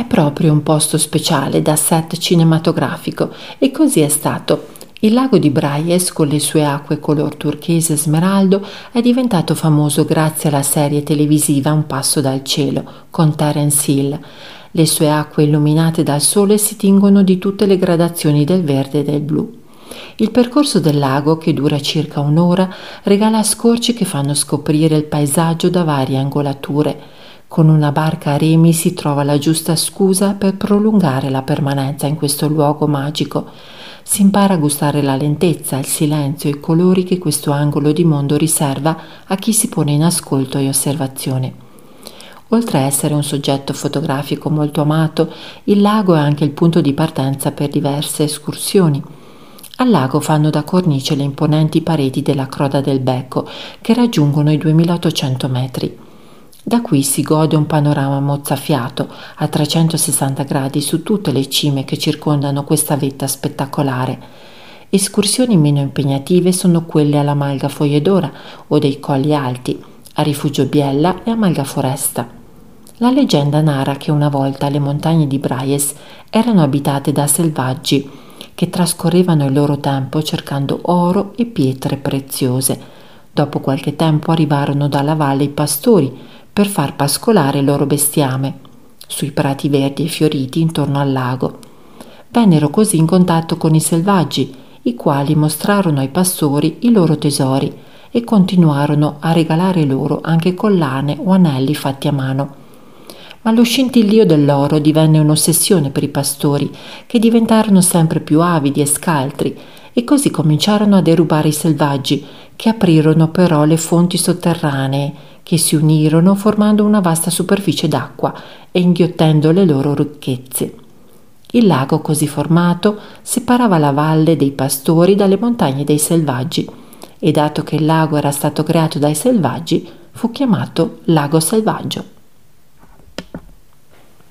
proprio un posto speciale da set cinematografico e così è stato. Il lago di Braies, con le sue acque color turchese e smeraldo, è diventato famoso grazie alla serie televisiva Un passo dal cielo con Terence Hill. Le sue acque illuminate dal sole si tingono di tutte le gradazioni del verde e del blu. Il percorso del lago, che dura circa un'ora, regala scorci che fanno scoprire il paesaggio da varie angolature. Con una barca a remi si trova la giusta scusa per prolungare la permanenza in questo luogo magico. Si impara a gustare la lentezza, il silenzio e i colori che questo angolo di mondo riserva a chi si pone in ascolto e osservazione. Oltre a essere un soggetto fotografico molto amato, il lago è anche il punto di partenza per diverse escursioni. Al lago fanno da cornice le imponenti pareti della Croda del Becco, che raggiungono i 2800 metri. Da qui si gode un panorama mozzafiato a 360 gradi su tutte le cime che circondano questa vetta spettacolare. Escursioni meno impegnative sono quelle alla Malga Fogliedora o dei Colli Alti, a Rifugio Biella e a Malga Foresta. La leggenda narra che una volta le montagne di Braies erano abitate da selvaggi che trascorrevano il loro tempo cercando oro e pietre preziose. Dopo qualche tempo arrivarono dalla valle i pastori per far pascolare il loro bestiame sui prati verdi e fioriti intorno al lago. Vennero così in contatto con i selvaggi, i quali mostrarono ai pastori i loro tesori e continuarono a regalare loro anche collane o anelli fatti a mano. Ma lo scintillio dell'oro divenne un'ossessione per i pastori, che diventarono sempre più avidi e scaltri, e così cominciarono a derubare i selvaggi, che aprirono però le fonti sotterranee, che si unirono formando una vasta superficie d'acqua e inghiottendo le loro ricchezze. Il lago così formato separava la valle dei pastori dalle montagne dei selvaggi, e dato che il lago era stato creato dai selvaggi, fu chiamato Lago Selvaggio.